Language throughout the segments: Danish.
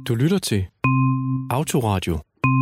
Du lytter til Autoradio.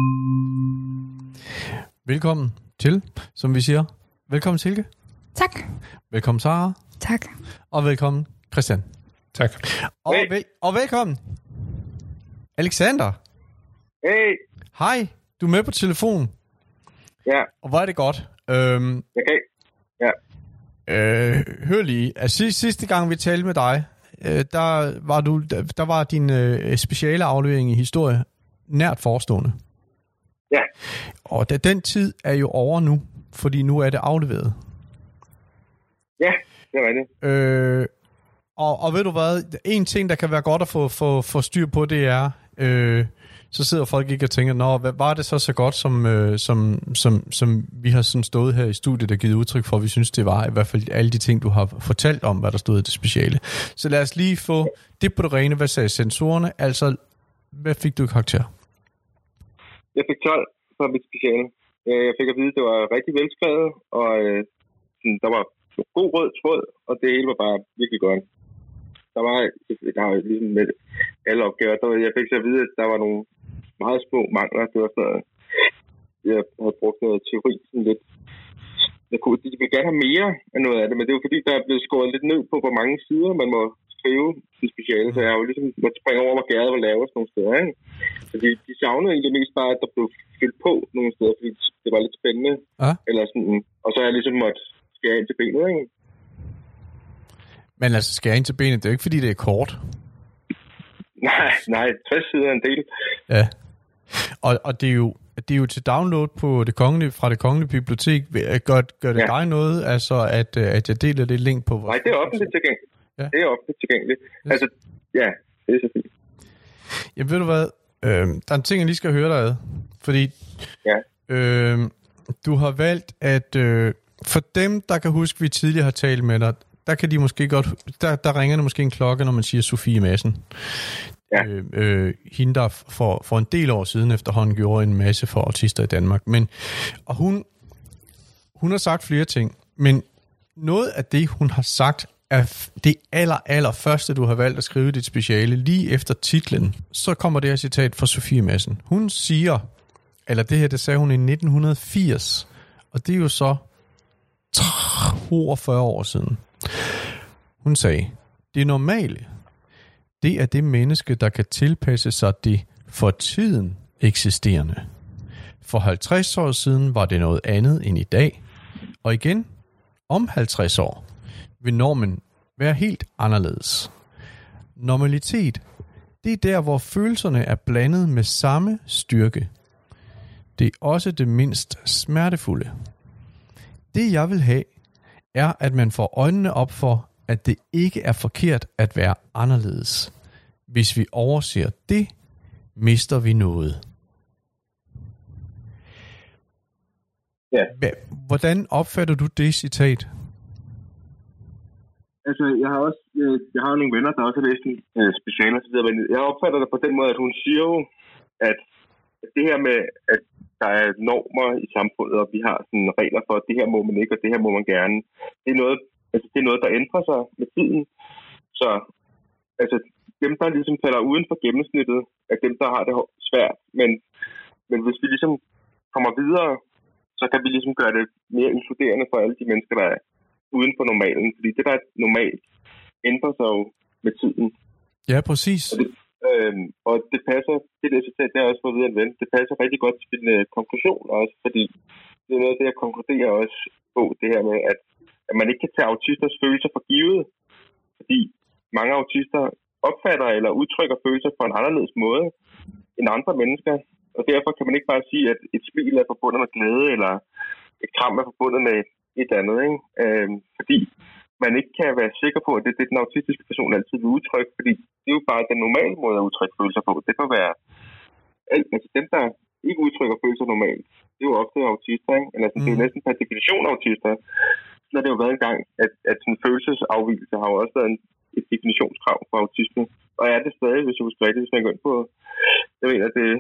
Velkommen til, som vi siger. Velkommen Silke. Tak. Velkommen Sara. Tak. Og velkommen Christian. Tak. Og velkommen Alexander. Hey. Hej, du er med på telefonen. Ja. Og hvor er det godt. Okay. Ja. Hør lige, altså sidste gang vi talte med dig, der var din speciale aflevering i historie nært forestående. Ja. Og den tid er jo over nu, fordi nu er det afleveret. Ja, det er rigtigt. Og ved du hvad, en ting, der kan være godt at få styr på, det er, så sidder folk ikke og tænker, var det så godt, som vi har sådan stået her i studiet og givet udtryk for, vi synes, det var i hvert fald alle de ting, du har fortalt om, hvad der stod i det speciale. Så lad os lige få det på det rene. Hvad sagde sensorerne? Altså, hvad fik du i karakter? Jeg fik 12 på mit speciale. Jeg fik at vide, at det var rigtig velskrevet, og der var god rød tråd, og det hele var bare virkelig godt. Der var ligesom med alle opgaver. Jeg fik så at vide, at der var nogle meget små mangler. Det var sådan noget, jeg havde brugt noget teori sådan lidt. De vil gerne have mere af noget af det, men det er jo fordi, der er blevet skåret lidt ned på, hvor mange sider man må skrive i speciale. Så jeg har jo ligesom måtte springe over, hvor gæret var lavest nogle steder. Ikke? Fordi de savnede egentlig mest bare, at der blev fyldt på nogle steder, fordi det var lidt spændende. Ja. Eller sådan, og så har jeg ligesom måtte skære ind til benet, ikke? Men altså, skære ind til benet, det er jo ikke, fordi det er kort. Nej, 60 sider er en del. Ja, og det er jo til download på fra det kongelige bibliotek. Gør det dig noget, altså at jeg deler det link på vores... Nej, det er offentligt tilgængeligt. Ja. Det er offentligt tilgængeligt. Yes. Altså, ja, det er så fint. Jamen ved du hvad, der er en ting, jeg lige skal høre dig ad. Fordi du har valgt, at for dem, der kan huske, vi tidligere har talt med dig, der kan de måske godt, der ringer det måske en klokke, når man siger Sofie Madsen. Ja. Hende, der for en del år siden efterhånden gjorde en masse for autister i Danmark. Og hun har sagt flere ting, men noget af det, hun har sagt, er det aller første, du har valgt at skrive dit speciale, lige efter titlen. Så kommer det her citat fra Sofie Madsen. Hun siger, eller det sagde hun i 1980, og det er jo så 42 år siden. Hun sagde, det normale, det er det menneske, der kan tilpasse sig det for tiden eksisterende. For 50 år siden var det noget andet end i dag. Og igen, om 50 år, vil normen være helt anderledes. Normalitet, det er der, hvor følelserne er blandet med samme styrke. Det er også det mindst smertefulde. Det jeg vil have, er, at man får øjnene op for, at det ikke er forkert at være anderledes. Hvis vi overser det, mister vi noget. Ja. Hvordan opfatter du det citat? Altså, jeg har nogle venner, der også har læst en speciale og så videre, men jeg opfatter det på den måde, at hun siger jo, at det her med, at der er normer i samfundet, og vi har sådan regler for, at det her må man ikke, og det her må man gerne. Det er noget, der ændrer sig med tiden. Så altså, dem, der ligesom falder uden for gennemsnittet, er dem, der har det svært. Men hvis vi ligesom kommer videre, så kan vi ligesom gøre det mere inkluderende for alle de mennesker, der er uden for normalen. Fordi det, der er normalt, ændrer sig jo med tiden. Ja, præcis. Og det passer, det citat, det er også for videre en ven, det passer rigtig godt til din konklusion også, fordi det er noget af det, jeg konkluderer også på, det her med, at man ikke kan tage autisters følelser for givet, fordi mange autister opfatter eller udtrykker følelser på en anderledes måde end andre mennesker, og derfor kan man ikke bare sige, at et smil er forbundet med glæde, eller et kram er forbundet med et andet, ikke? Fordi man ikke kan være sikker på, at det er det, den autistiske person altid vil udtrykke, fordi det er jo bare den normale måde at udtrykke følelser på. Det kan være, altså dem, der ikke udtrykker følelser normalt, det er jo ofte autister, ikke? Eller sådan, det er jo næsten per definition autister. Så har det jo været en gang, at sådan følelsesafvigelse har jo også været et definitionskrav for autisme. Og er det stadig, hvis jeg husker rigtigt, hvis man går ind på, jeg mener, det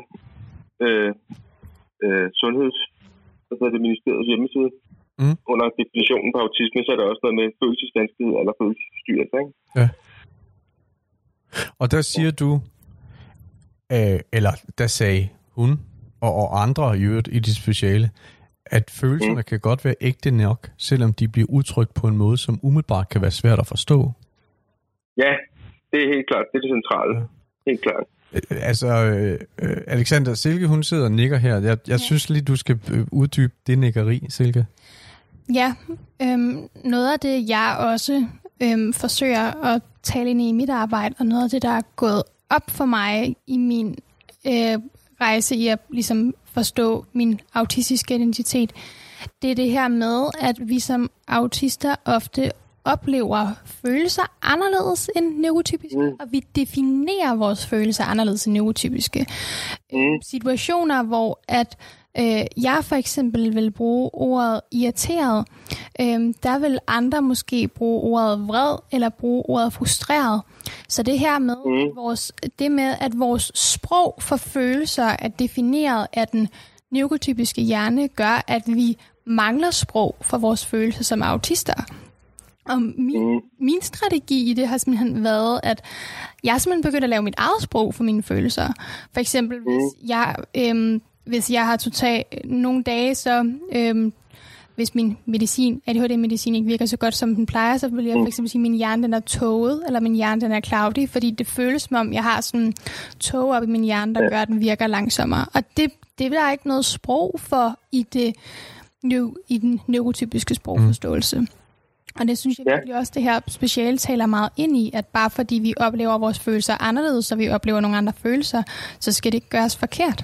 ministeriets hjemmeside, under definitionen på autisme, så er der også noget med følelsesvanskelighed eller følelsesforstyrrelse, ikke? Ja. Og der siger du, eller der sagde hun, og andre i øvrigt i det speciale, at følelserne kan godt være ægte nok, selvom de bliver udtrykt på en måde, som umiddelbart kan være svært at forstå. Ja, det er helt klart. Det er det centrale. Ja. Helt klart. Altså, Alexander, Silke, hun sidder og nikker her. Jeg synes lige, du skal uddybe det nikkeri, Silke. Ja, noget af det, jeg også forsøger at tale ind i mit arbejde, og noget af det, der er gået op for mig i min rejse i at ligesom forstå min autistiske identitet, det er det her med, at vi som autister ofte oplever følelser anderledes end neurotypiske, og vi definerer vores følelser anderledes end neurotypiske. Situationer, hvor at jeg for eksempel vil bruge ordet irriteret, der vil andre måske bruge ordet vred, eller bruge ordet frustreret. Så det her med, at vores sprog for følelser er defineret af den neurotypiske hjerne, gør, at vi mangler sprog for vores følelser som autister. Og min strategi i det har simpelthen været, at jeg er simpelthen begyndt at lave mit eget sprog for mine følelser. For eksempel, hvis jeg har totalt nogle dage, så hvis min ADHD-medicin ikke virker så godt, som den plejer, så vil jeg for eksempel sige, at min hjerne den er tåget, eller min hjerne den er cloudy, fordi det føles som om, jeg har sådan en tåge op i min hjerne, der gør, at den virker langsommere. Og det er der ikke noget sprog for i den neurotypiske sprogforståelse. Og det synes jeg virkelig også, det her speciale taler meget ind i, at bare fordi vi oplever vores følelser anderledes, så vi oplever nogle andre følelser, så skal det ikke gøres forkert.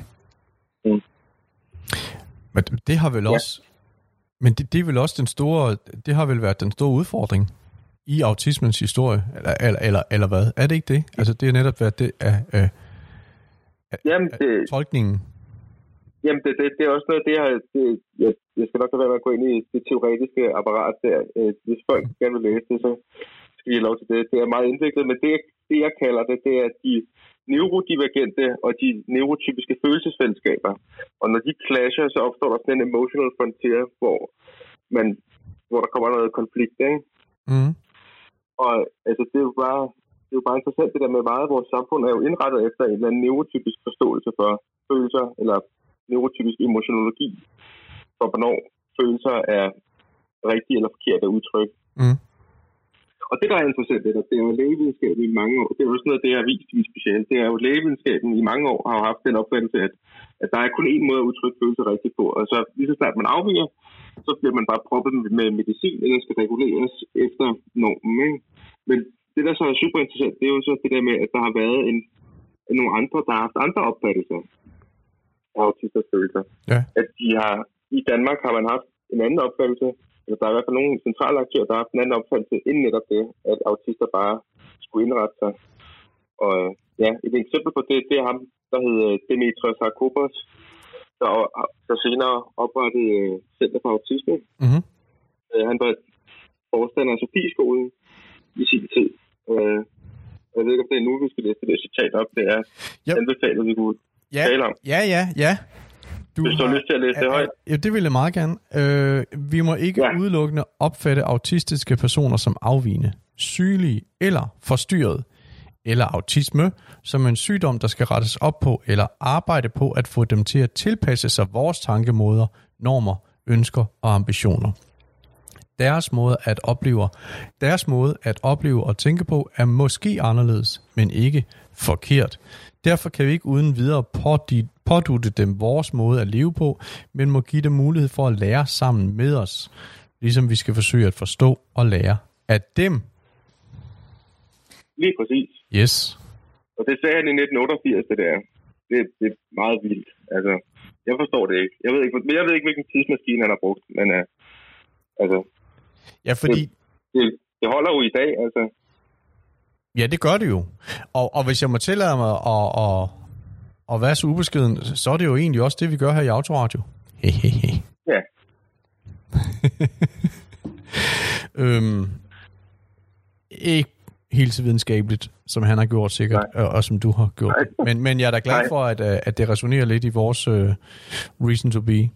Men det har vel også, men det er vel også det har vel været den store udfordring i autismens historie, eller hvad? Er det ikke det? Altså det er netop været det af tolkningen. Jamen, det er også noget, jeg skal nok være med at gå ind i det teoretiske apparat der. Hvis folk gerne vil læse det, så skal de have lov til det. Det er meget indviklet, men det jeg kalder det er de neurodivergente og de neurotypiske følelsesfællesskaber. Og når de clasher, så opstår der sådan en emotional frontier, hvor der kommer noget konflikt, ikke? Og altså, det er jo bare interessant det der med meget af vores samfund er jo indrettet efter en eller anden neurotypisk forståelse for følelser, eller neurotypisk emotionologi, for hvornår følelser er rigtige eller forkerte udtryk. Og det, der er interessant, det er jo lægevidenskaben i mange år. Det er jo sådan noget, det har vist i specielt. Det er jo lægevidenskaben i mange år har haft den opfattelse, at der er kun én måde at udtrykke følelser rigtigt på. Og så lige så snart man afviger, så bliver man bare proppet med medicin, eller skal reguleres efter normen. Ikke? Men det, der så er super interessant, det er jo så det der med, at der har været nogle andre, der har haft andre opfattelser af autisters følelser. Ja. At i Danmark har man haft en anden opfattelse, eller der er i hvert fald nogle centrale aktører, der har haft en anden opfattelse inden netop det, at autister bare skulle indrette sig. Og ja, et eksempel på det er ham, der hedder Demetrios Sarkopoulos, der senere oprettede Center for Autisme. Han var forstander af Sofieskolen i sin tid. Jeg ved ikke, om det er nu, vi skal læse det citat op. Det er anbefalet, vi kunne tale om. Ja. Hvis du har lyst til at læse det højt. Ja, det vil jeg meget gerne. Vi må ikke udelukkende opfatte autistiske personer som afvigende, sygelige eller forstyrret, eller autisme som en sygdom, der skal rettes op på, eller arbejde på at få dem til at tilpasse sig vores tankemåder, normer, ønsker og ambitioner. Deres måde at opleve og tænke på er måske anderledes, men ikke forkert. Derfor kan vi ikke uden videre pådutte dem vores måde at leve på, men må give dem mulighed for at lære sammen med os, ligesom vi skal forsøge at forstå og lære af dem. Lige præcis. Yes. Og det sagde han i 1988, det der. Det er meget vildt. Altså, jeg forstår det ikke. Jeg ved ikke, hvilken tidsmaskine han har brugt, men altså... Ja, fordi... Det holder jo i dag, altså. Ja, det gør det jo. Og hvis jeg må tillade mig at være så ubeskeden, så er det jo egentlig også det, vi gør her i Autoradio. Hehehe. Ja. Ikke helt så videnskabeligt, som han har gjort sikkert, og som du har gjort. Men jeg er da glad for, at det resonerer lidt i vores reason to be.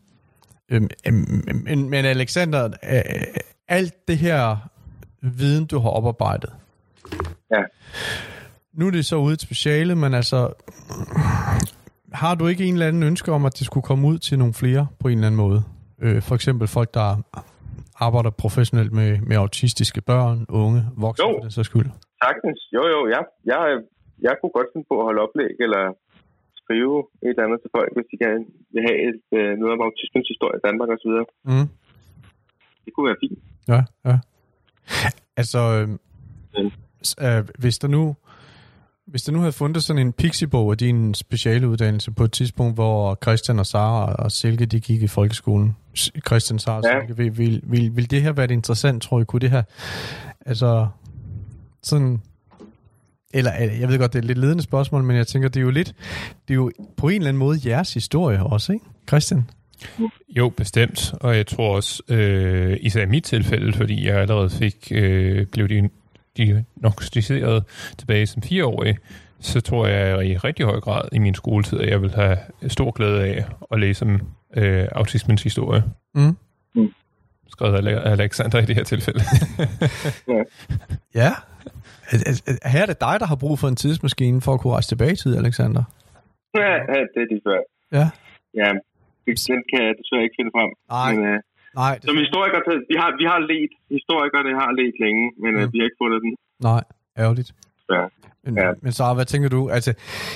Men Alexander, alt det her viden, du har oparbejdet, Nu er det så ude et speciale, men altså, har du ikke en eller anden ønske om, at det skulle komme ud til nogle flere på en eller anden måde? For eksempel folk, der arbejder professionelt med autistiske børn, unge, voksne, for den så skyld. Sagtens. Jo, jeg kunne godt finde på at holde oplæg, eller skrive et eller andet til folk, hvis de gerne vil have noget om autismens historie i Danmark osv. Mm. Det kunne være fint. Ja. Altså, hvis der nu havde fundet sådan en pixiebog af din specialeuddannelse på et tidspunkt, hvor Christian og Sara og Silke, de gik i folkeskolen. Christian, Sara og Silke, vil det her være interessant, tror jeg? Kunne det her, altså, sådan, eller jeg ved godt, det er et lidt ledende spørgsmål, men jeg tænker, det er jo på en eller anden måde jeres historie også, ikke, Christian? Jo, bestemt, og jeg tror også, især i mit tilfælde, fordi jeg allerede blev diagnosticeret tilbage som 4-årig, så tror jeg i rigtig høj grad i min skoletid, at jeg vil have stor glæde af at læse om autismens historie. Mm. Skrevet af Alexander i det her tilfælde. Ja. Her er det dig, der har brug for en tidsmaskine for at kunne rejse tilbage i tid, Alexander. Ja, det er det før. Ja. Ja, den kan jeg desværre ikke finde frem. Nej. Som historikere, vi har let. Historikerne har let længe, men vi har ikke fundet den. Nej, ærgerligt. Ja. Men Sara, hvad tænker du? Altså,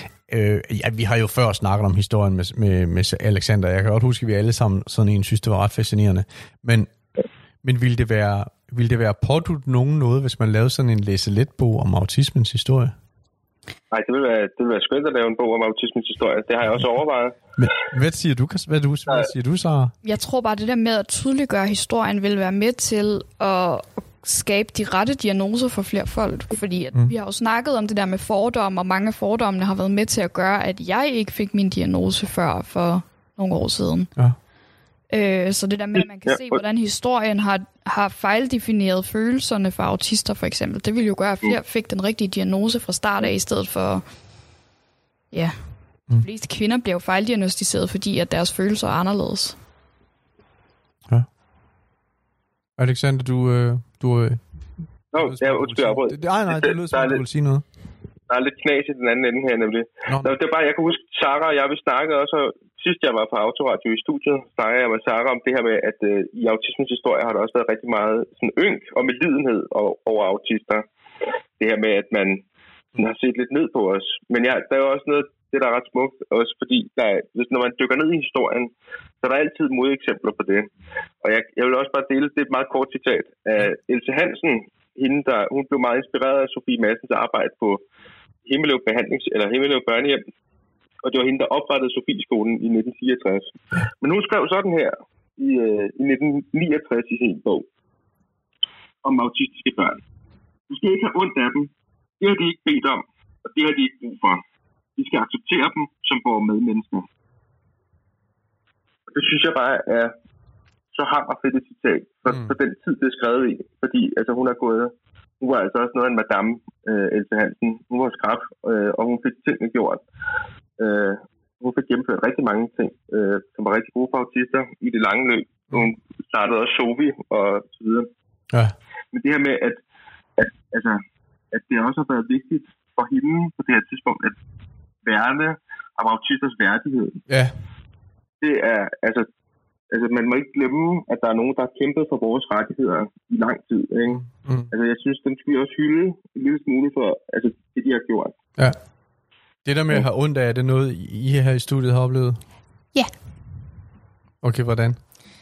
vi har jo før snakket om historien med Alexander. Jeg kan godt huske, at vi alle sammen sådan en synes, det var ret fascinerende. Men ville det være pådudt nogen noget, hvis man lavede sådan en læse-let-bog om autismens historie? Nej, det vil være skønt at lave en bog om autismens historie. Det har jeg også overvejet. Men hvad siger du, Sara? Jeg tror bare, det der med at tydeliggøre historien vil være med til at skabe de rette diagnoser for flere folk. Fordi vi har jo snakket om det der med fordomme, og mange af fordommene har været med til at gøre, at jeg ikke fik min diagnose før for nogle år siden. Ja. Så det der med, at man kan se, hvordan historien har fejldefineret følelserne for autister, for eksempel. Det ville jo gøre, at flere fik den rigtige diagnose fra start af, i stedet for... Ja, de fleste kvinder bliver jo fejldiagnostiseret, fordi at deres følelser er anderledes. Ja. Alexander, du undskyld, afbrød. Nej, det lød som, du ville sige noget. Der er lidt knas i den anden ende her, nemlig. Det er bare, jeg kan huske, Sara og jeg, vi snakkede også, sidst jeg var på Autoradio i studiet, snakkede jeg med Sara om det her med, at i autismens historie har der også været rigtig meget sådan ynk og medlidenhed over autister. Det her med, at man har set lidt ned på os. Men ja, der er jo også noget, det der er ret smukt, også fordi, når man dykker ned i historien, så er der altid modeksempler på det. Og jeg vil også bare dele, det er et meget kort citat af Else Hansen, hun blev meget inspireret af Sofie Madsens arbejde på Himmelev Børnehjem, og det var hende, der oprettede Sofieskolen i 1964. Men hun skrev sådan her i 1969 i sin bog om autistiske børn. Du skal ikke have ondt af dem. Det har de ikke bedt om, og det har de ikke brug for. Vi skal acceptere dem som vores medmennesker. Og det synes jeg bare er så hammerfedt et citat for den tid, det er skrevet i. Fordi altså, hun var altså også noget af en madame, Else Hansen. Hun var skrab, og hun fik tingene gjort. Hun fik gennemført rigtig mange ting, som var rigtig gode for autister i det lange løb. Hun startede også Sovi og så videre. Ja. Men det her med, at det også har været vigtigt for hende på det her tidspunkt, at værne om autisters værdighed. Ja. Det er, altså man må ikke glemme, at der er nogen, der har kæmpet for vores rettigheder i lang tid. Ikke? Altså, jeg synes, den skal vi også hylde en lille smule for det, de har gjort. Ja. Det der med at have ondt af, er det noget, I her i studiet har oplevet? Ja. Okay, hvordan?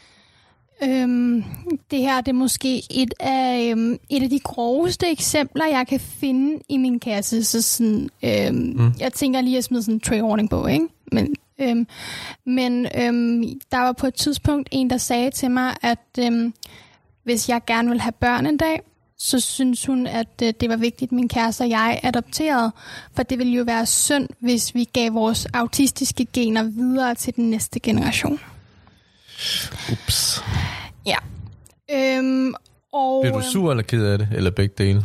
Det her det er måske et af de groveste eksempler, jeg kan finde i min kasse. Så sådan, jeg tænker lige at smide sådan en trigger warning på, ikke? Men der var på et tidspunkt en, der sagde til mig, at hvis jeg gerne vil have børn en dag, så synes hun, at det var vigtigt, at min kæreste og jeg adopterede. For det ville jo være synd, hvis vi gav vores autistiske gener videre til den næste generation. Ups. Ja. Bliver du sur eller ked af det? Eller begge dele?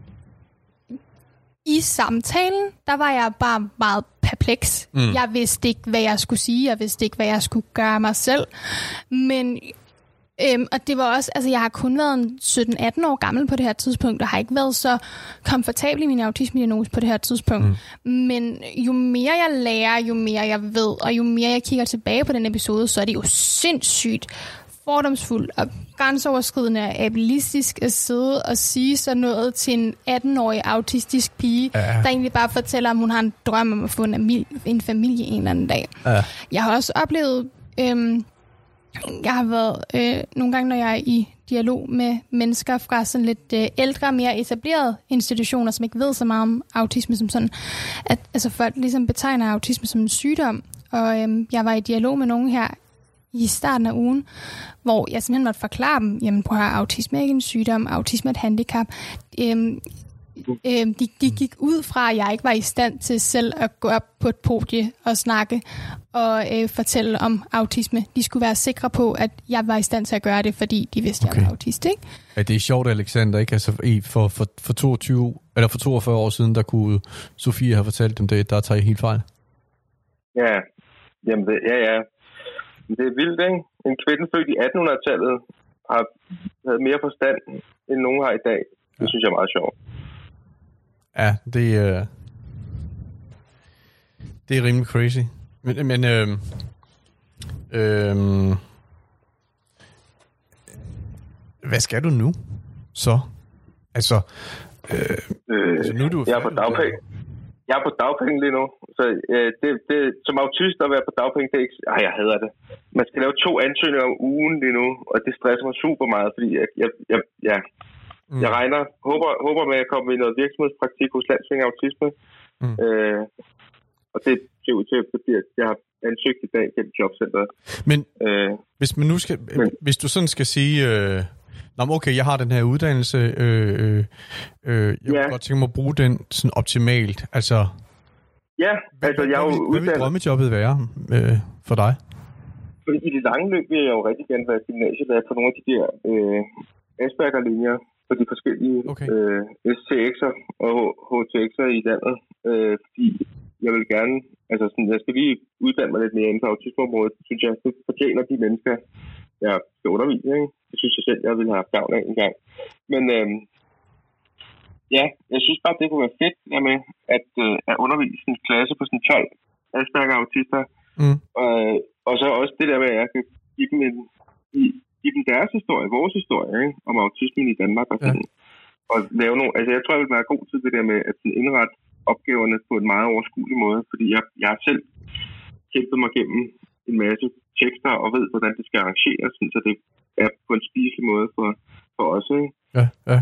I samtalen, der var jeg bare meget perpleks. Jeg vidste ikke, hvad jeg skulle sige. Jeg vidste ikke, hvad jeg skulle gøre mig selv. Men Og det var også, altså jeg har kun været 17-18 år gammel på det her tidspunkt, og har ikke været så komfortabel i min autisme-diagnose på det her tidspunkt. Men jo mere jeg lærer, jo mere jeg ved, og jo mere jeg kigger tilbage på den episode, så er det jo sindssygt fordomsfuld og grænseoverskridende og ableistisk at sidde og sige sådan noget til en 18-årig autistisk pige, der egentlig bare fortæller, om hun har en drøm om at få en familie en eller anden dag. Jeg har også oplevet, jeg har været nogle gange, når jeg er i dialog med mennesker fra sådan lidt ældre, mere etablerede institutioner, som ikke ved så meget om autisme som sådan, at altså folk ligesom betegner autisme som en sygdom. Og jeg var i dialog med nogen her i starten af ugen, hvor jeg simpelthen måtte forklare dem, jamen prøv at høre, autisme er ikke en sygdom, autisme er et handicap. De gik ud fra, at jeg ikke var i stand til selv at gå op på et podie og snakke og fortælle om autisme. De skulle være sikre på, at jeg var i stand til at gøre det, fordi de vidste, at jeg var autist, ikke? Ja, det er sjovt, Alexander, ikke? Altså, for 42 år siden, der kunne Sofie have fortalt dem det, der tager I helt fejl. Ja, jamen ja. Det er vildt, ikke? En kvinde født i 1800-tallet havde mere forstand, end nogen har i dag. Det synes jeg er meget sjovt. Ja, det er rimelig crazy. Men hvad skal du nu? Så? Altså, nu er du... Jeg er på dagpenge. Jeg er på dagpenge lige nu. Så det som autist at være på dagpenge, det er ikke... jeg hader det. Man skal lave 2 ansøgninger om ugen lige nu, og det stresser mig super meget, fordi jeg håber med at komme i noget virksomhedspraktik hos Landsforeningen Autisme. Og det ser ud til, fordi jeg har ansøgt i dag gennem jobcenteret. Men hvis du sådan skal sige... okay, jeg har den her uddannelse. Jeg kunne godt tænke mig at bruge den sådan optimalt. Altså, jeg er jo uddannet. Hvad vil drømmejobbet være for dig? Fordi i det lange løb vil jeg jo rigtig gerne være gymnasielærer på nogle af de der Asperger-linjer på de forskellige STX'er og HTX'er i landet. Fordi jeg vil gerne, altså sådan, jeg skal lige uddanne mig lidt mere inden for autismeområdet. Synes jeg, det fortjener de mennesker, jeg skal undervise, ikke? Det synes jeg selv, jeg ville have haft gavn af en gang. Men jeg synes bare, det kunne være fedt med at undervise en klasse på sådan 12 Asperger-autister. Og så også det der med, at jeg kan give dem deres historie, vores historie, ikke? Om autismen i Danmark og sådan. Og lave nogle, altså jeg tror, jeg vil være god til det der med at indrette opgaverne på en meget overskuelig måde, fordi jeg har selv kæmpet mig gennem en masse tekster og ved, hvordan det skal arrangeres, så det er på en spiselig måde for os, ikke? Ja.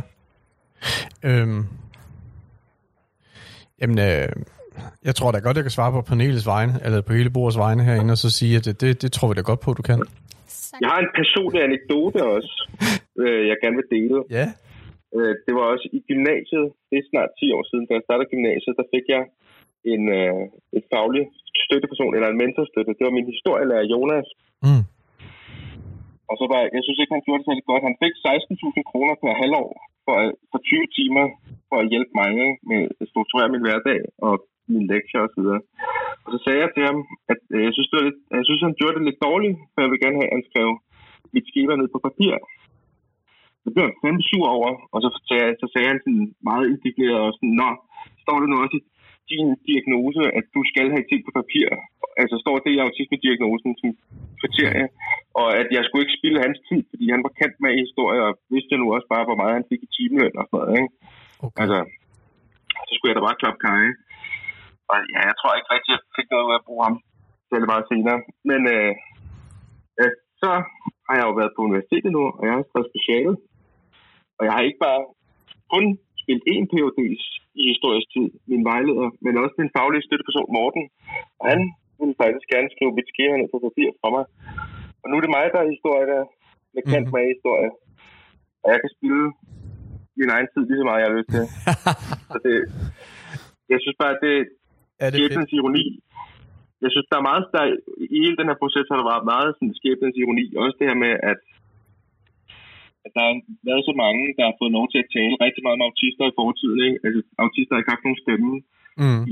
Jeg tror da godt, jeg kan svare på panelets vegne, eller på hele bordets vegne herinde, og så sige, at det tror vi da godt på, du kan. Jeg har en personlig anekdote også, jeg gerne vil dele. Ja. Det var også i gymnasiet, det er snart 10 år siden, da jeg startede gymnasiet, der fik jeg en faglig støtteperson, eller en mentorstøtte. Det var min historielærer, Jonas. Og så jeg synes ikke, han gjorde det særlig godt. Han fik 16.000 kroner per halvår for 20 timer for at hjælpe mig med at strukturere min hverdag og mine lektier og så videre. Og så sagde jeg til ham, at jeg synes, han gjorde det lidt dårligt, for jeg vil gerne have, at han skrev mit skema ned på papir. Det blev han fandme sur over, og så sagde han sådan meget indigneret og sådan, står det nu også i din diagnose, at du skal have ting på papir? Altså står det i autisme-diagnosen som kriterie, og at jeg skulle ikke spilde hans tid, fordi han var kendt med i historie, og vidste jeg nu også bare, hvor meget han fik i timeløn og sådan noget, ikke? Okay. Altså, så skulle jeg da bare klappe kaj. Og ja, jeg tror ikke rigtig, at jeg fik noget ud af at bruge ham selv meget senere. Men så har jeg jo været på universitetet nu, og jeg har skrevet specialet. Og jeg har ikke bare kun spillet én PhD's i historisk tid, min vejleder, men også min faglige støtteperson, Morten. Og han ville faktisk gerne skrive mit skema ned på papir fra mig. Og nu er det mig, der er historiker, med kendt mig i historie. Og jeg kan spille min egen tid lige så meget, jeg har lyst til. Så jeg synes bare, at det er skæbnens ironi. Jeg synes, der er meget i hele den her proces, har der været meget sådan skæbnens ironi. Også det her med, at der har været så mange, der har fået lov til at tale rigtig meget om autister i fortiden. Ikke? Altså, autister har ikke haft nogen stemme i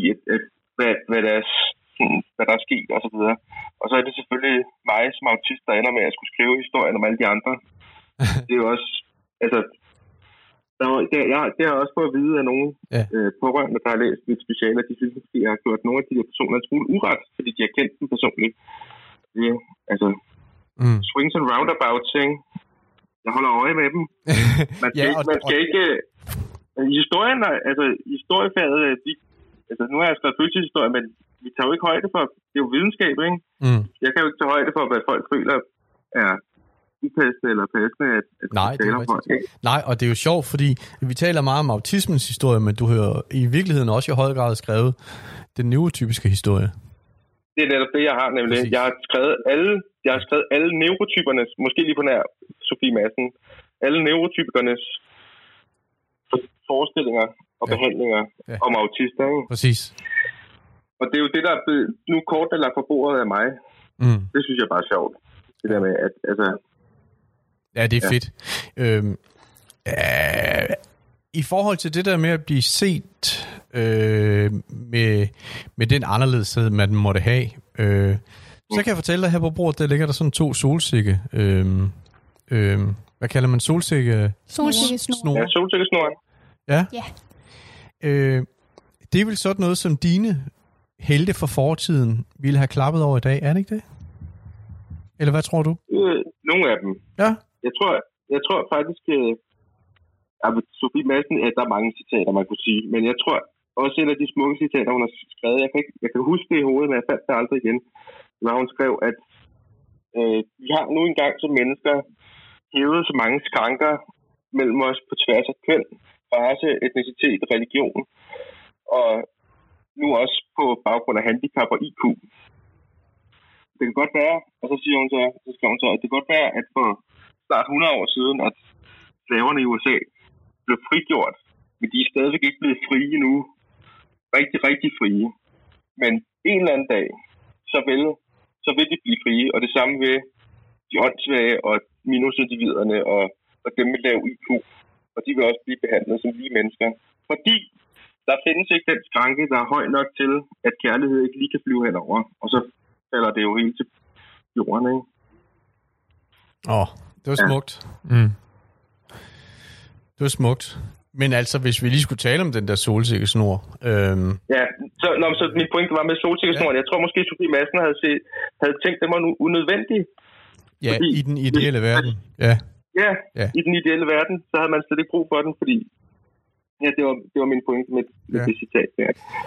hvad der er sket og så videre. Og så er det selvfølgelig mig som autist, der ender med at skulle skrive historien om alle de andre. det er jo også, altså, det har også fået at vide af nogle pårørende, der har læst mit speciale, at de synes, at jeg har gjort nogle af de her personer en smule uret, fordi de har kendt dem personligt. Det er, altså, swings and roundabouts, ikke? Jeg holder øje med dem. Man skal ikke... Historien, altså, historiefaget, altså, nu har jeg skrevet følelseshistorie, men vi tager jo ikke højde for... Det er jo videnskab, ikke? Jeg kan jo ikke tage højde for, hvad folk føler er upassende eller passende at tale om folk. Nej, og det er jo sjovt, fordi vi taler meget om autismens historie, men du hører i virkeligheden også i høj grad skrevet den neurotypiske historie. Det er netop det, jeg har nemlig. Præcis. Jeg har skrevet alle neurotypernes, måske lige på nær Sofie Madsen, alle neurotypernes forestillinger og behandlinger om autister. Ikke? Præcis. Og det er jo det, der er nu kort er lagt på bordet af mig. Det synes jeg bare er sjovt. Det der med, at altså... Ja, det er fedt. I forhold til det der med at blive set med den anderledeshed, man måtte have, så kan jeg fortælle dig, her på bordet, der ligger der sådan 2 solsikke. Hvad kalder man solsikkesnore? Ja, solsikkesnoren. Ja. Det er vel sådan noget, som dine helte fra fortiden ville have klappet over i dag, er det ikke det? Eller hvad tror du? Nogle af dem. Ja. Jeg tror faktisk, Sofie Madsen, der er mange citater, man kunne sige, men jeg tror også en af de smukke citater, hun har skrevet, jeg kan huske det i hovedet, men jeg fandt det aldrig igen, hvor hun skrev, at vi har nu engang som mennesker hævet så mange skranker mellem os på tværs af køn, race, etnicitet, religion, og nu også på baggrund af handicap og IQ. Det kan godt være, og så siger hun så, at det kan godt være, at for snart 100 år siden, at slaverne i USA blev frigjort, men de er stadigvæk ikke blevet frie nu. Rigtig, rigtig frie. Men en eller anden dag, så vil de blive frie, og det samme ved de åndssvage og minusindividerne og dem med lav IQ. Og de vil også blive behandlet som lige mennesker. Fordi der findes ikke den skranke, der er høj nok til, at kærlighed ikke lige kan flyve henover. Og så falder det jo helt til jorden, ikke? Det var smukt. Det var smukt. Men altså, hvis vi lige skulle tale om den der solsikkesnor... Ja, så min pointe var med solsikkesnoren. Jeg tror måske, Sofie Madsen havde tænkt, det var unødvendig. Ja, fordi, i den ideelle verden. Ja, i den ideelle verden, så havde man slet ikke brug for den, fordi... Ja, det var min pointe med det citat der.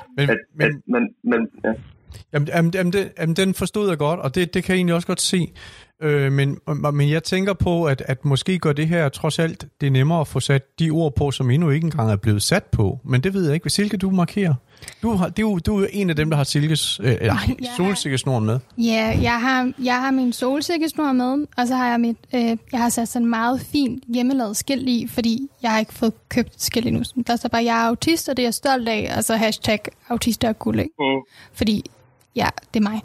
Jamen, den forstod jeg godt, og det kan jeg egentlig også godt se. Men jeg tænker på, at måske gør det her trods alt det nemmere at få sat de ord på, som endnu ikke engang er blevet sat på. Men det ved jeg ikke. Hvad Silke, du markerer? Du er en af dem, der har solsikkesnoren med. Ja, jeg har min solsikkesnor med, og så har jeg har sat sådan en meget fint hjemmelavet skilt i, fordi jeg har ikke fået købt et skilt endnu. Der står bare, jeg er autist, og det er jeg stolt af, og så #autister er guld, ikke? Fordi, ja, det er mig.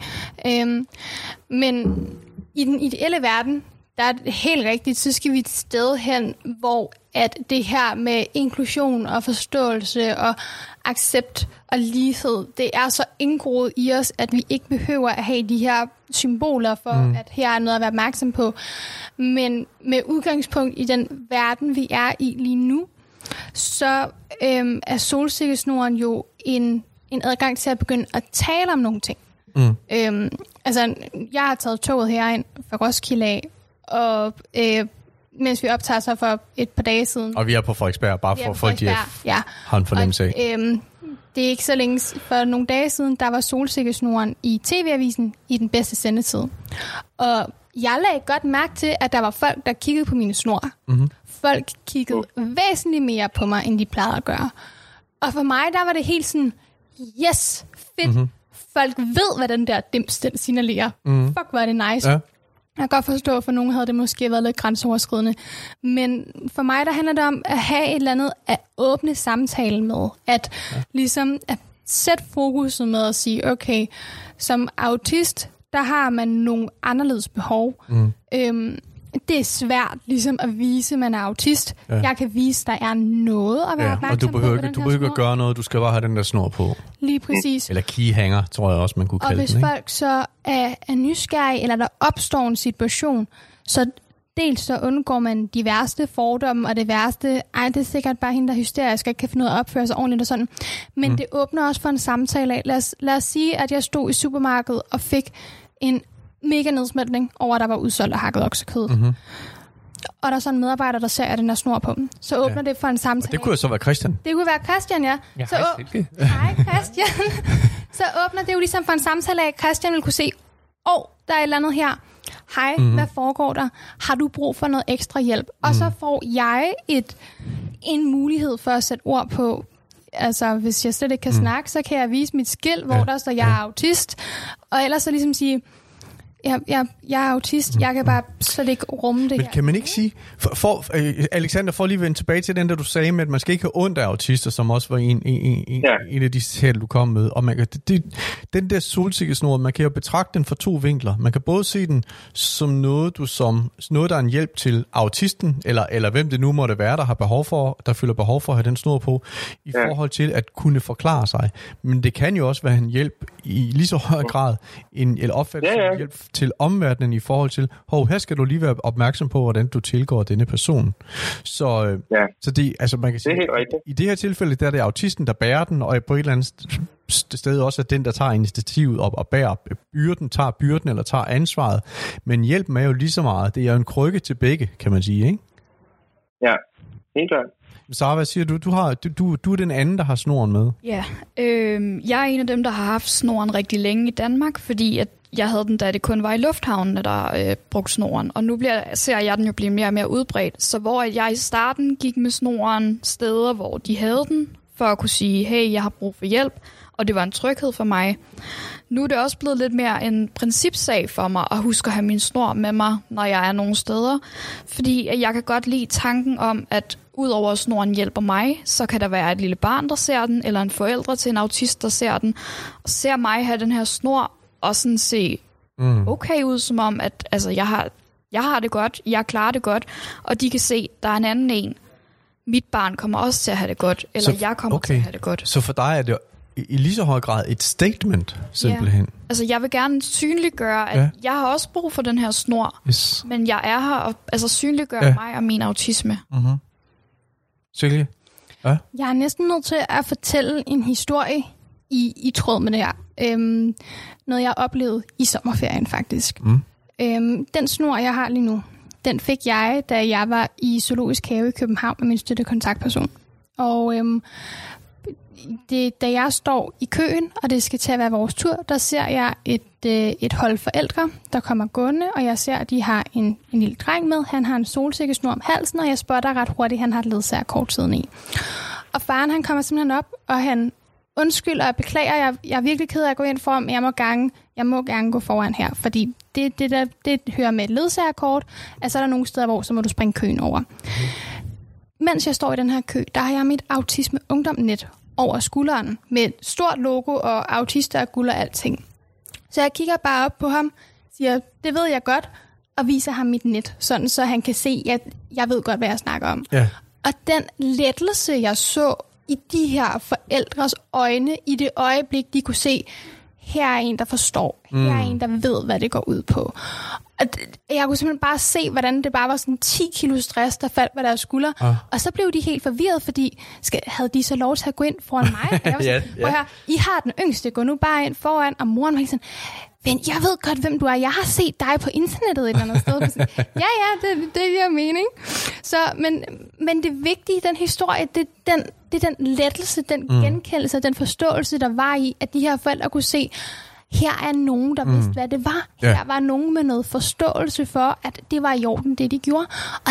Men i den ideelle verden, der er det helt rigtigt, så skal vi et sted hen, hvor at det her med inklusion og forståelse og accept og lighed, det er så indgroet i os, at vi ikke behøver at have de her symboler for, at her er noget at være opmærksom på. Men med udgangspunkt i den verden, vi er i lige nu, så er solsikkesnoren jo en adgang til at begynde at tale om nogle ting. Altså, jeg har taget toget herind fra Roskilde af, og mens vi optager så for et par dage siden. Og vi er på Frederiksberg, bare for folk, de har en fornemmelse af. Det er ikke så længe, for nogle dage siden, der var solsikkesnoren i TV-avisen i den bedste sendetid. Og jeg lagde godt mærke til, at der var folk, der kiggede på mine snor. Folk kiggede væsentligt mere på mig, end de plejede at gøre. Og for mig, der var det helt sådan, yes, fedt. Folk ved, hvad den der dims, den signalerer. Fuck, hvor er det nice. Ja. Jeg kan godt forstå, at for nogen havde det måske været lidt grænseoverskridende. Men for mig, der handler det om at have et eller andet at åbne samtalen med. Ligesom at sætte fokuset med at sige, okay, som autist, der har man nogle anderledes behov. Det er svært ligesom at vise, at man er autist. Ja. Jeg kan vise, at der er noget at være opmærksom på. Og du behøver ikke at gøre noget, du skal bare have den der snor på. Lige præcis. Eller keyhanger, tror jeg også, man kunne kalde den. Og hvis folk så er nysgerrige, eller der opstår en situation, så dels så undgår man de værste fordomme, og det værste, det er sikkert bare hende, der er hysterisk og ikke kan finde ud af at opføre sig ordentligt og sådan. Men det åbner også for en samtale af. Lad os sige, at jeg stod i supermarkedet og fik en mega nedsmeltning over, at der var udsolgt og hakket oksekød. Mm-hmm. Og der er sådan en medarbejder, der ser, at den er snor på dem. Så åbner det for en samtale. Og det kunne så være Christian. Det kunne være Christian, ja. Hej, Christian. Så åbner det jo ligesom for en samtale af, at Christian vil kunne se, der er et eller andet her. Hej, hvad foregår der? Har du brug for noget ekstra hjælp? Og så får jeg en mulighed for at sætte ord på. Altså, hvis jeg slet ikke kan snakke, så kan jeg vise mit skilt, hvor der står, jeg er autist. Og ellers så ligesom sige, jeg er autist, jeg kan bare slet ikke rumme det her. Men kan man ikke sige, Alexander, for lige at vende tilbage til den, der du sagde med, at man skal ikke have ondt af autister, som også var en af de citater, du kom med. Og man kan, den der solsikkesnor, man kan jo betragte den fra 2 vinkler. Man kan både se den som noget, der er en hjælp til autisten, eller hvem det nu måtte være, der føler behov for at have den snor på, i forhold til at kunne forklare sig. Men det kan jo også være en hjælp i lige så høj grad, eller opfattelse af hjælp til omverdenen i forhold til, her skal du lige være opmærksom på, hvordan du tilgår denne person. Så det, altså man kan sige, i det her tilfælde, der er det autisten, der bærer den, og på et eller andet sted også er den, der tager initiativet op og bærer tager byrden eller tager ansvaret. Men hjælpen er jo lige så meget. Det er jo en krykke til begge, kan man sige, ikke? Ja, helt klart. Sara, hvad siger du? Du er den anden, der har snoren med. Ja, jeg er en af dem, der har haft snoren rigtig længe i Danmark, fordi at jeg havde den, da det kun var i lufthavnene, der brugte snoren. Og nu ser jeg den jo blive mere og mere udbredt. Så hvor jeg i starten gik med snoren steder, hvor de havde den, for at kunne sige, hey, jeg har brug for hjælp, og det var en tryghed for mig. Nu er det også blevet lidt mere en principsag for mig at huske at have min snor med mig, når jeg er nogle steder. Fordi jeg kan godt lide tanken om, at udover at snoren hjælper mig, så kan der være et lille barn, der ser den, eller en forældre til en autist, der ser den, og ser mig have den her snor, og sådan se okay ud, som om, at altså, jeg har det godt, jeg klarer det godt, og de kan se, der er en anden en. Mit barn kommer også til at have det godt, eller jeg kommer til at have det godt. Så for dig er det i lige så høj grad et statement, simpelthen. Ja. Altså, jeg vil gerne synliggøre, at jeg har også brug for den her snor, men jeg er her og altså, synliggøre mig og min autisme. Mm-hmm. Silje? Ja? Jeg er næsten nødt til at fortælle en historie i tråd med det her. Noget, jeg oplevede i sommerferien, faktisk. Den snor, jeg har lige nu, den fik jeg, da jeg var i Zoologisk Have i København med min støttekontaktperson. Og da jeg står i køen, og det skal til at være vores tur, der ser jeg et hold forældre, der kommer gående, og jeg ser, at de har en lille dreng med. Han har en solsikkesnor om halsen, og jeg spotter ret hurtigt, han har et ledsagerkort siden i. Og faren, han kommer simpelthen op, og han undskylder og beklager, jeg er virkelig ked af at gå ind for ham, men jeg må gerne gå foran her, fordi det hører med et ledsagerkort, altså er der nogle steder, hvor så må du springe køen over. Mens jeg står i den her kø, der har jeg mit autisme ungdomnet over skulderen, med et stort logo og autister og guld og alting. Så jeg kigger bare op på ham, siger, det ved jeg godt, og viser ham mit net, sådan så han kan se, at jeg ved godt, hvad jeg snakker om. Ja. Og den lettelse, jeg så i de her forældres øjne, i det øjeblik, de kunne se, her er en, der forstår. Her er en, der ved, hvad det går ud på. Og jeg kunne simpelthen bare se, hvordan det bare var sådan 10 kilo stress, der faldt på deres skuldre. Og så blev de helt forvirret, fordi havde de så lov til at gå ind foran mig? Jeg var sådan, I har den yngste, gå nu bare ind foran. Og moren var helt sådan, men jeg ved godt, hvem du er. Jeg har set dig på internettet et eller andet sted. Det giver mening. Så, men det vigtige i den historie, det er den lettelse, den genkendelse, den forståelse, der var i, at de her forældre kunne se, her er nogen, der vidste, hvad det var. Her var nogen med noget forståelse for, at det var i orden, det de gjorde.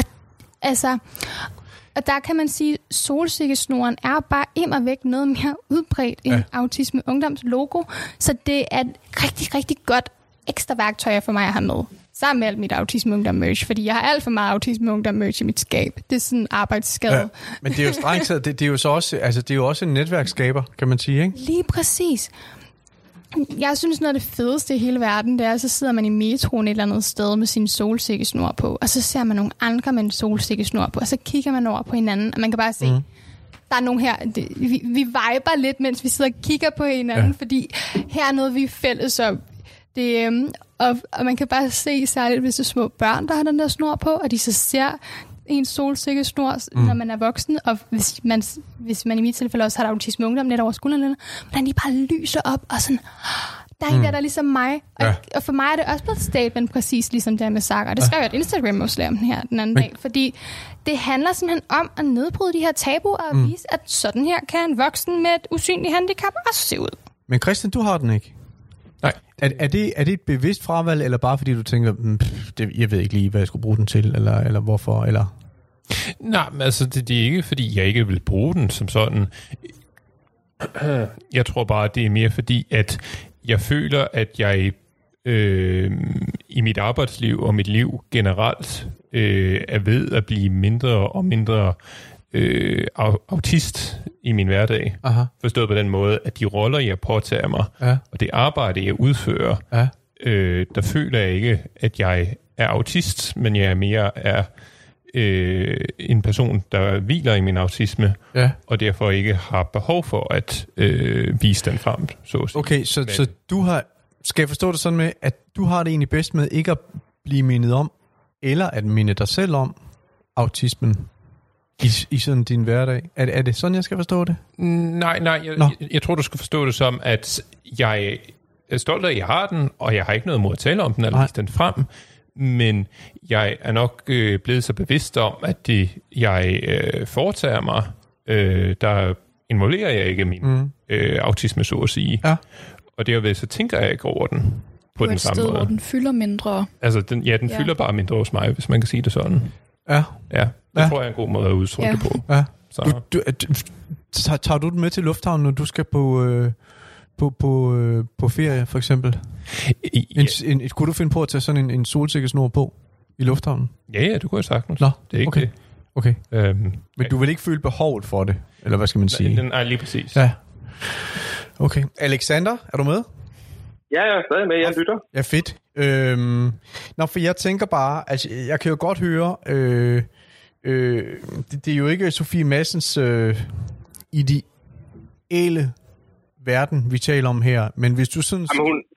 Og der kan man sige, at solsikkesnoren er bare immervæk noget mere udbredt end Autisme Ungdoms logo. Så det er et rigtig, rigtig godt ekstra værktøj for mig at have med. Sammen med alt mit Autisme Ungdom merch, fordi jeg har alt for meget Autisme Ungdom merch i mit skab. Det er sådan en arbejdsskade. Ja, men det er jo strengt taget, det er jo så også, altså det er jo også en netværksskaber, kan man sige, ikke? Lige præcis. Jeg synes, noget af det fedeste i hele verden, det er, så sidder man i metroen et eller andet sted med sin solsikkesnor på, og så ser man nogle andre med en solsikkesnor på, og så kigger man over på hinanden, og man kan bare se, der er nogen her, vi viber lidt, mens vi sidder og kigger på hinanden, fordi her er noget, vi er fælles om. Og man kan bare se, særligt hvis det er små børn, der har den der snor på, og de så ser en solsikkesnor, når man er voksen, og hvis man i mit tilfælde også har autisme ungdom lidt over skulderen, hvordan de bare lyser op, og sådan, der er en der er ligesom mig. Og for mig er det også blevet et statement, præcis ligesom det med Saga. Det skrev jeg et Instagram-opslag om den anden dag, fordi det handler simpelthen om at nedbryde de her tabuer og vise, at sådan her kan en voksen med et usynligt handicap også se ud. Men Christian, du har den ikke? Nej. Er det et bevidst fravalg, eller bare fordi du tænker, jeg ved ikke lige, hvad jeg skulle bruge den til, eller hvorfor, eller? Nej, men altså, det er ikke, fordi jeg ikke vil bruge den som sådan. Jeg tror bare, det er mere fordi, at jeg føler, at jeg i mit arbejdsliv og mit liv generelt er ved at blive mindre og mindre autist i min hverdag. Aha. Forstået på den måde, at de roller, jeg påtager mig, og det arbejde, jeg udfører, der føler jeg ikke, at jeg er autist, men jeg mere er en person, der hviler i min autisme, og derfor ikke har behov for at vise den frem. Okay, så du har, skal jeg forstå det sådan med, at du har det egentlig bedst med ikke at blive mindet om, eller at minde dig selv om autismen i sådan din hverdag? Er det sådan, jeg skal forstå det? Nej, jeg tror, du skal forstå det som, at jeg er stolt af, at jeg har den, og jeg har ikke noget mod at tale om den, eller vise den frem, men jeg er nok blevet så bevidst om, at det, jeg foretager mig, der involverer jeg ikke min autisme, så at sige. Ja. Og derved så tænker jeg ikke over den på den samme måde. Hvor den fylder mindre. Altså, den fylder bare mindre hos mig, hvis man kan sige det sådan. Ja. Det tror jeg er en god måde at udtrykke det på. Ja. Tager du den med til lufthavnen, når du skal på ferie, for eksempel? Kunne du finde på at tage sådan en solsikkesnor på i lufthavnen? Ja, det kunne jeg sagtens. Nå, det er ikke okay. det. Okay. Men du vil ikke føle behovet for det? Eller hvad skal man sige? Nej, lige præcis. Ja. Okay. Alexander, er du med? Ja, jeg er stadig med. Jeg lytter. Ja, fedt. For jeg tænker bare, altså, jeg kan jo godt høre, det er jo ikke Sofie Madsens ideelle verden, vi taler om her, men hvis du sådan...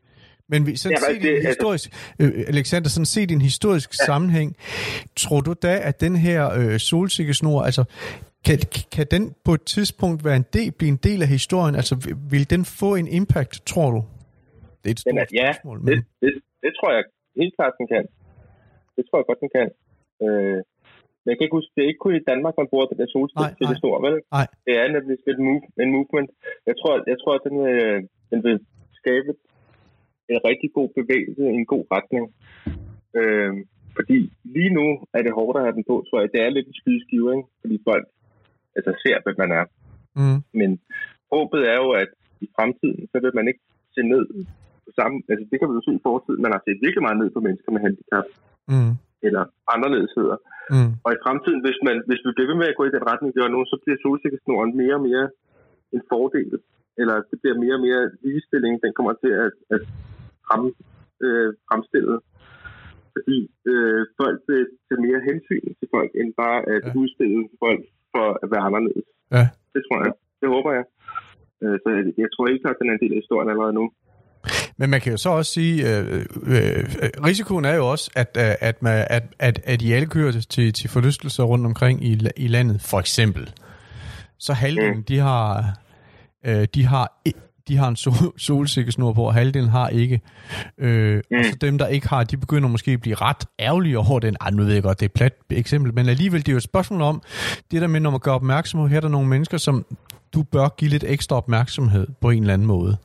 Alexander, sådan set i en historisk sammenhæng, tror du da, at den her solsikkesnor, altså, kan den på et tidspunkt blive en del af historien? Altså, vil den få en impact, tror du? Det er et stort spørgsmål. Men... Det tror jeg helt klart, den kan. Det tror jeg godt, den kan. Men jeg kan ikke huske, det er ikke kun i Danmark, man bruger den der solsikkesnor, vel? Nej. Det er nemlig en movement. Jeg tror, at den vil skabe en rigtig god bevægelse i en god retning. Fordi lige nu er det hårdt at have den på, tror jeg. Det er lidt en skydeskive, ikke? Fordi folk ser, hvad man er. Men håbet er jo, at i fremtiden, så vil man ikke se ned på samme... Altså, det kan vi jo se i fortiden. Man har set virkelig meget ned på mennesker med handicap. Eller anderledesheder. Og i fremtiden, hvis vi bliver ved med at gå i den retning, vi gør nu, så bliver solsikkesnoren mere og mere en fordel. Eller det bliver mere og mere ligestilling, den kommer til at fremstille. Fordi folk vil tage mere hensyn til folk, end bare at udstille folk for at være anderledes. Ja. Det tror jeg. Det håber jeg. Så jeg tror ikke, at den er en del af historien allerede nu. Men man kan jo så også sige, risikoen er jo også, at I alle kører til forlystelser rundt omkring i landet, for eksempel. Så halvdelen, de har en solsikkesnor på, og halvdelen har ikke. Og så dem, der ikke har, de begynder måske at blive ret ærgerlige over den. Nu ved jeg godt, det er et plat eksempel, men alligevel, det er jo et spørgsmål om, det der med, når man gør opmærksomhed, her er der nogle mennesker, som du bør give lidt ekstra opmærksomhed på en eller anden måde.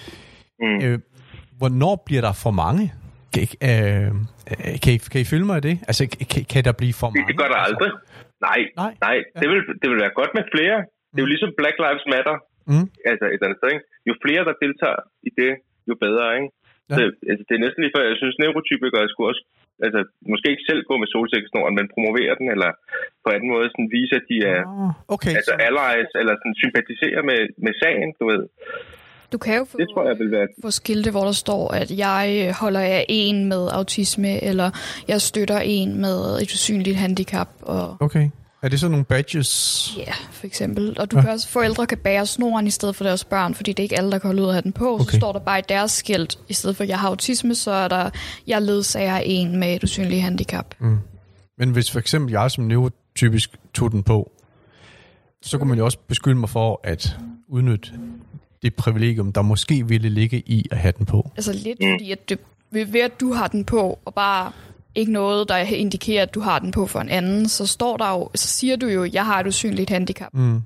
Hvornår bliver der for mange? Kan I følge mig i det? Altså, kan der blive for mange? Det gør der aldrig. Nej. Ja. Det vil være godt med flere. Det er jo ligesom Black Lives Matter. Altså et andet sted, ikke? Jo flere, der deltager i det, jo bedre, ikke? Ja. Så, det er næsten lige før, jeg synes, neurotypikere skulle også, måske ikke selv gå med solsikkesnoren, men promovere den, eller på en anden måde sådan vise, at de er allies, eller sådan sympatisere med sagen, du ved. Du kan jo få skilte, hvor der står, at jeg holder af en med autisme, eller jeg støtter en med et usynligt handicap. Og... Okay. Er det sådan nogle badges? Ja, for eksempel. Og du kan også, forældre kan bære snoren i stedet for deres børn, fordi det er ikke alle, der kan holde ud at have den på. Okay. Så står der bare i deres skilt, i stedet for, at jeg har autisme, så er der, jeg ledsager en med et usynligt handicap. Mm. Men hvis for eksempel jeg som neurotypisk tog den på, så kunne man jo også beskylde mig for at udnytte det privilegium, der måske ville ligge i at have den på. Altså lidt, fordi at ved at du har den på, og bare ikke noget, der indikerer, at du har den på for en anden, så står der jo, så siger du jo, at jeg har et usynligt handicap. Mm.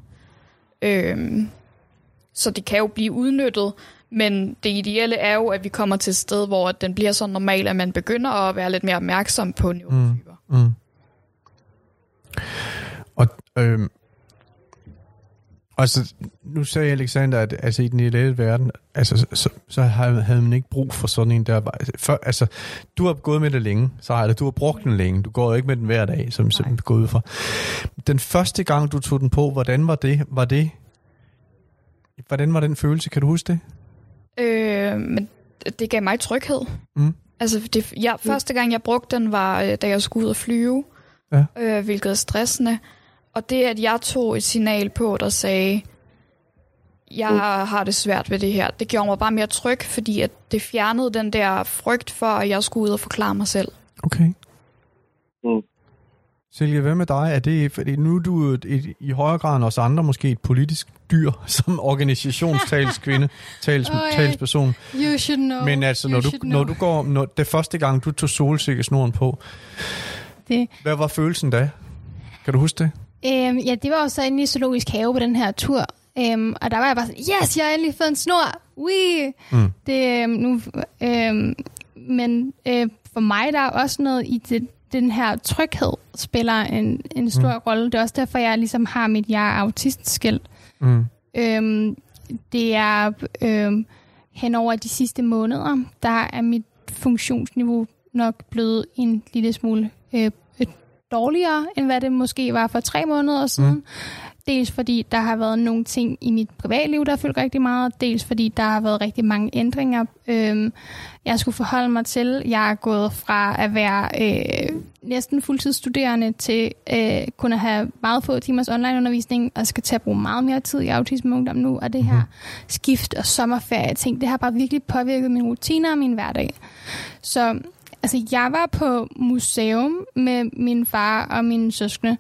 Så det kan jo blive udnyttet, men det ideelle er jo, at vi kommer til et sted, hvor den bliver så normal, at man begynder at være lidt mere opmærksom på neurotyper. Mm. Og altså, nu sagde Alexander, at altså, i den ideelle verden, altså, så havde man ikke brug for sådan en der. Altså, du har gået med det længe, så du har brugt den længe. Du går jo ikke med den hver dag, som vi går ud fra. Den første gang, du tog den på, hvordan var det? Hvordan var den følelse? Kan du huske det? Men det gav mig tryghed. Mm. Altså, første gang, jeg brugte den, var, da jeg skulle ud og flyve, hvilket er stressende. Og det, at jeg tog et signal på, der sagde, jeg har det svært ved det her, det gjorde mig bare mere tryg, fordi at det fjernede den der frygt for, at jeg skulle ud og forklare mig selv. Okay. Silje, hvad med dig? Er det, fordi nu er du i højere grad end os andre måske et politisk dyr, som organisationstalskvinde, talsperson. You should know. Men altså, når det første gang, du tog solsikkesnoren på, hvad var følelsen da? Kan du huske det? Ja, det var jo så inde i Zoologisk Have på den her tur. Og der var jeg bare sådan, yes, jeg har endelig fået en snor! Wee! Men for mig, der er også noget i den her tryghed, spiller en stor rolle. Det er også derfor, jeg ligesom har mit autist-skilt. Det er hen over de sidste måneder, der er mit funktionsniveau nok blevet en lille smule dårligere, end hvad det måske var for 3 måneder siden. Dels fordi, der har været nogle ting i mit privatliv, der fyldt rigtig meget. Dels fordi, der har været rigtig mange ændringer, jeg skulle forholde mig til. Jeg er gået fra at være næsten fuldtidsstuderende til kun at have meget få timers onlineundervisning, og skal til at bruge meget mere tid i Autisme Ungdom nu. Og det her skift og sommerferie ting, det har bare virkelig påvirket mine rutiner og min hverdag. Så altså, jeg var på museum med min far og mine søskende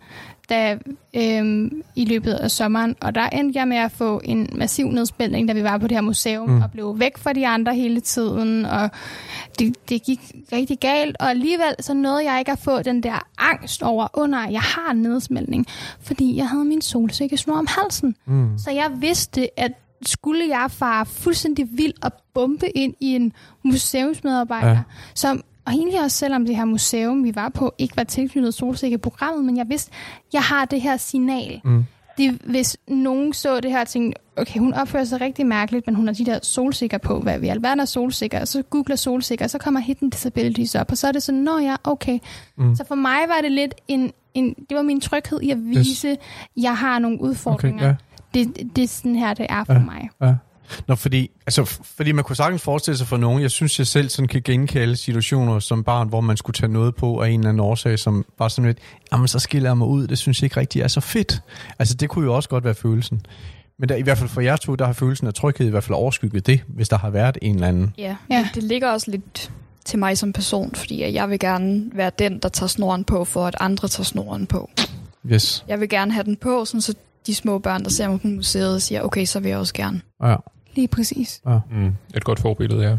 i løbet af sommeren, og der endte jeg med at få en massiv nedspænding, da vi var på det her museum, og blev væk fra de andre hele tiden, og det gik rigtig galt, og alligevel så nåede jeg ikke at få den der angst over, jeg har en nedsmeltning, fordi jeg havde min solsikkesnor om halsen. Så jeg vidste, at skulle jeg fare fuldstændig vild og bombe ind i en museumsmedarbejder, som og egentlig også selvom det her museum, vi var på, ikke var tilknyttet solsikkeprogrammet, men jeg vidste, jeg har det her signal. Hvis nogen så det her og tænkte, okay, hun opfører sig rigtig mærkeligt, men hun har de der solsikker på, hvad vi alverden er solsikker, og så googler solsikker, og så kommer hidden disabilities op, og så er det sådan, okay. Så for mig var det lidt det var min tryghed i at vise, jeg har nogle udfordringer. Okay, det er sådan her, det er for mig. Nå, fordi man kunne sagtens forestille sig for nogen, jeg synes, jeg selv sådan kan genkalde situationer som barn, hvor man skulle tage noget på af en eller anden årsag, som bare sådan lidt, jamen så skiller jeg mig ud, det synes jeg ikke rigtig er så fedt. Altså det kunne jo også godt være følelsen. Men der, i hvert fald for jer to, der har følelsen af tryghed i hvert fald overskygget det, hvis der har været en eller anden. Ja. Det ligger også lidt til mig som person, fordi jeg vil gerne være den, der tager snoren på, for at andre tager snoren på. Yes. Jeg vil gerne have den på, sådan så de små børn, der ser mig på museet, siger, okay, så vil jeg også gerne. Ja. Lige præcis. Ja. Et godt forbillede,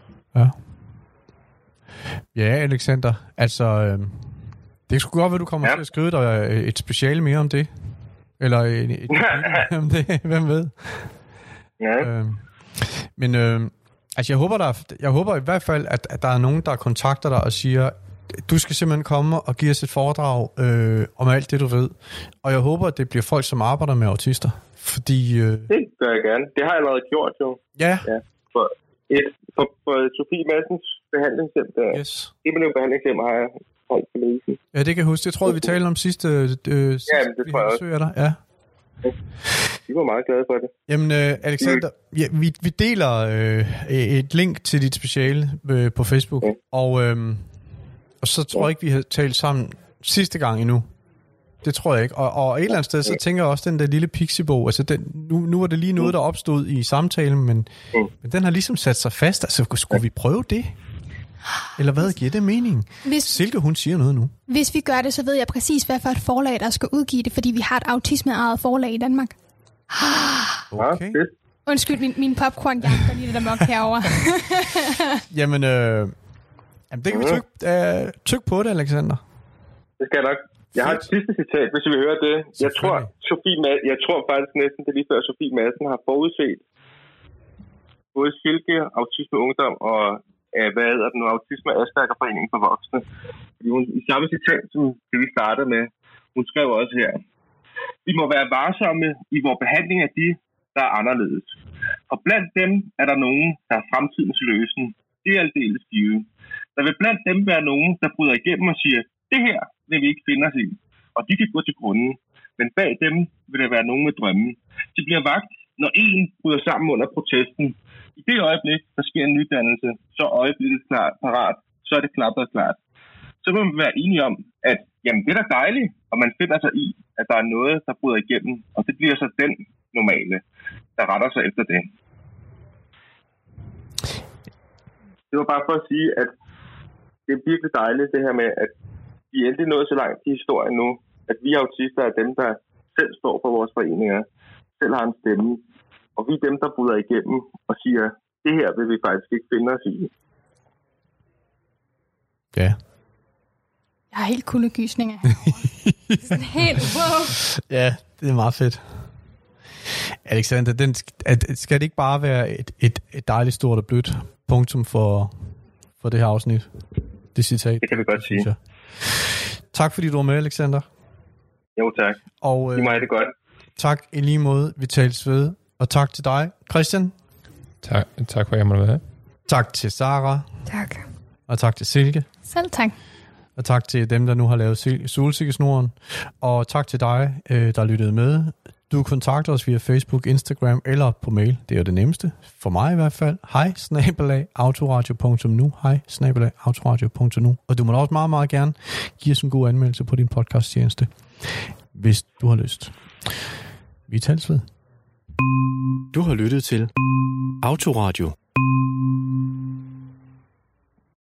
Ja, Alexander, altså, det skulle godt være, du kommer til at skrive dig et speciale mere om det. Eller et om det, hvem ved. Ja. Men altså, jeg håber i hvert fald, at der er nogen, der kontakter dig og siger, du skal simpelthen komme og give os et foredrag om alt det, du ved. Og jeg håber, at det bliver folk, som arbejder med autister. Fordi... Det gør jeg gerne. Det har jeg allerede gjort, jo. Ja. For Sofie Madsens behandlingshjem, det behandlingshjem har jeg holdt på ledelsen. Ja, det kan jeg huske. Det tror jeg, vi talte om sidste... det tror jeg også. Ja. Vi var meget glade for det. Jamen, Alexander, vi deler et link til dit speciale på Facebook, og så tror jeg ikke, vi har talt sammen sidste gang endnu. Det tror jeg ikke. Og et eller andet sted, så tænker jeg også, den der lille pixiebog, altså nu var det lige noget, der opstod i samtalen, men den har ligesom sat sig fast. Altså, skulle vi prøve det? Eller hvad giver det mening? Silke, hun siger noget nu. Hvis vi gør det, så ved jeg præcis, hvad for et forlag, der skal udgive det, fordi vi har et autisme-ejet forlag i Danmark. Okay. Undskyld, min popcorn jagter lige det der mok herovre. Jamen, det kan vi tykke på det, Alexander. Det skal jeg nok. Jeg har et sidste citat, hvis vi vil høre det. Jeg tror faktisk næsten, det lige før Sofie Madsen har forudset både Silke, Autisme Ungdom og Autisme Aspergerforeningen for voksne. Fordi hun, i samme citat, som det vi startede med, hun skrev også her: vi må være varsomme i vores behandling af de, der er anderledes. Og blandt dem er der nogen, der er fremtidens løsning. Det er aldeles givet. Der vil blandt dem være nogen, der bryder igennem og siger, det her vil vi ikke finde os i. Og de kan gå til grunden. Men bag dem vil der være nogen med drømme. De bliver vagt, når en bryder sammen under protesten. I det øjeblik, der sker en nydannelse, så er øjeblikket parat, så er det knap og klart. Så må man være enige om, at jamen, det er da dejligt, og man finder sig i, at der er noget, der bryder igennem. Og det bliver så den normale, der retter sig efter det. Det var bare for at sige, at det er virkelig dejligt det her med, at vi er endelig nået så langt i historien nu, at vi autister er dem, der selv står for vores foreninger, selv har en stemme, og vi er dem, der bryder igennem og siger, det her vil vi faktisk ikke finde os i. Ja. Jeg har helt kuldegysninger herovre. Helt wow. Ja, det er meget fedt. Alexander, skal det ikke bare være et dejligt stort og blødt punktum for det her afsnit? Det citat. Det kan vi godt sige. Tak fordi du var med, Alexander. Jo, tak. Og I må have det godt. Tak i lige måde. Vi tales ved. Og tak til dig, Christian. Tak for, at jeg måtte være her. Tak til Sara. Tak. Og tak til Silke. Selv tak. Og tak til dem, der nu har lavet Solsikkesnoren. Og tak til dig, der lyttede med. Du kontakter os via Facebook, Instagram eller på mail. Det er jo det nemmeste. For mig i hvert fald. hej@autoradio.nu. hej@autoradio.nu. Og du må også meget, meget gerne give os en god anmeldelse på din podcasttjeneste, hvis du har lyst. Vi tales ved. Du har lyttet til Autoradio.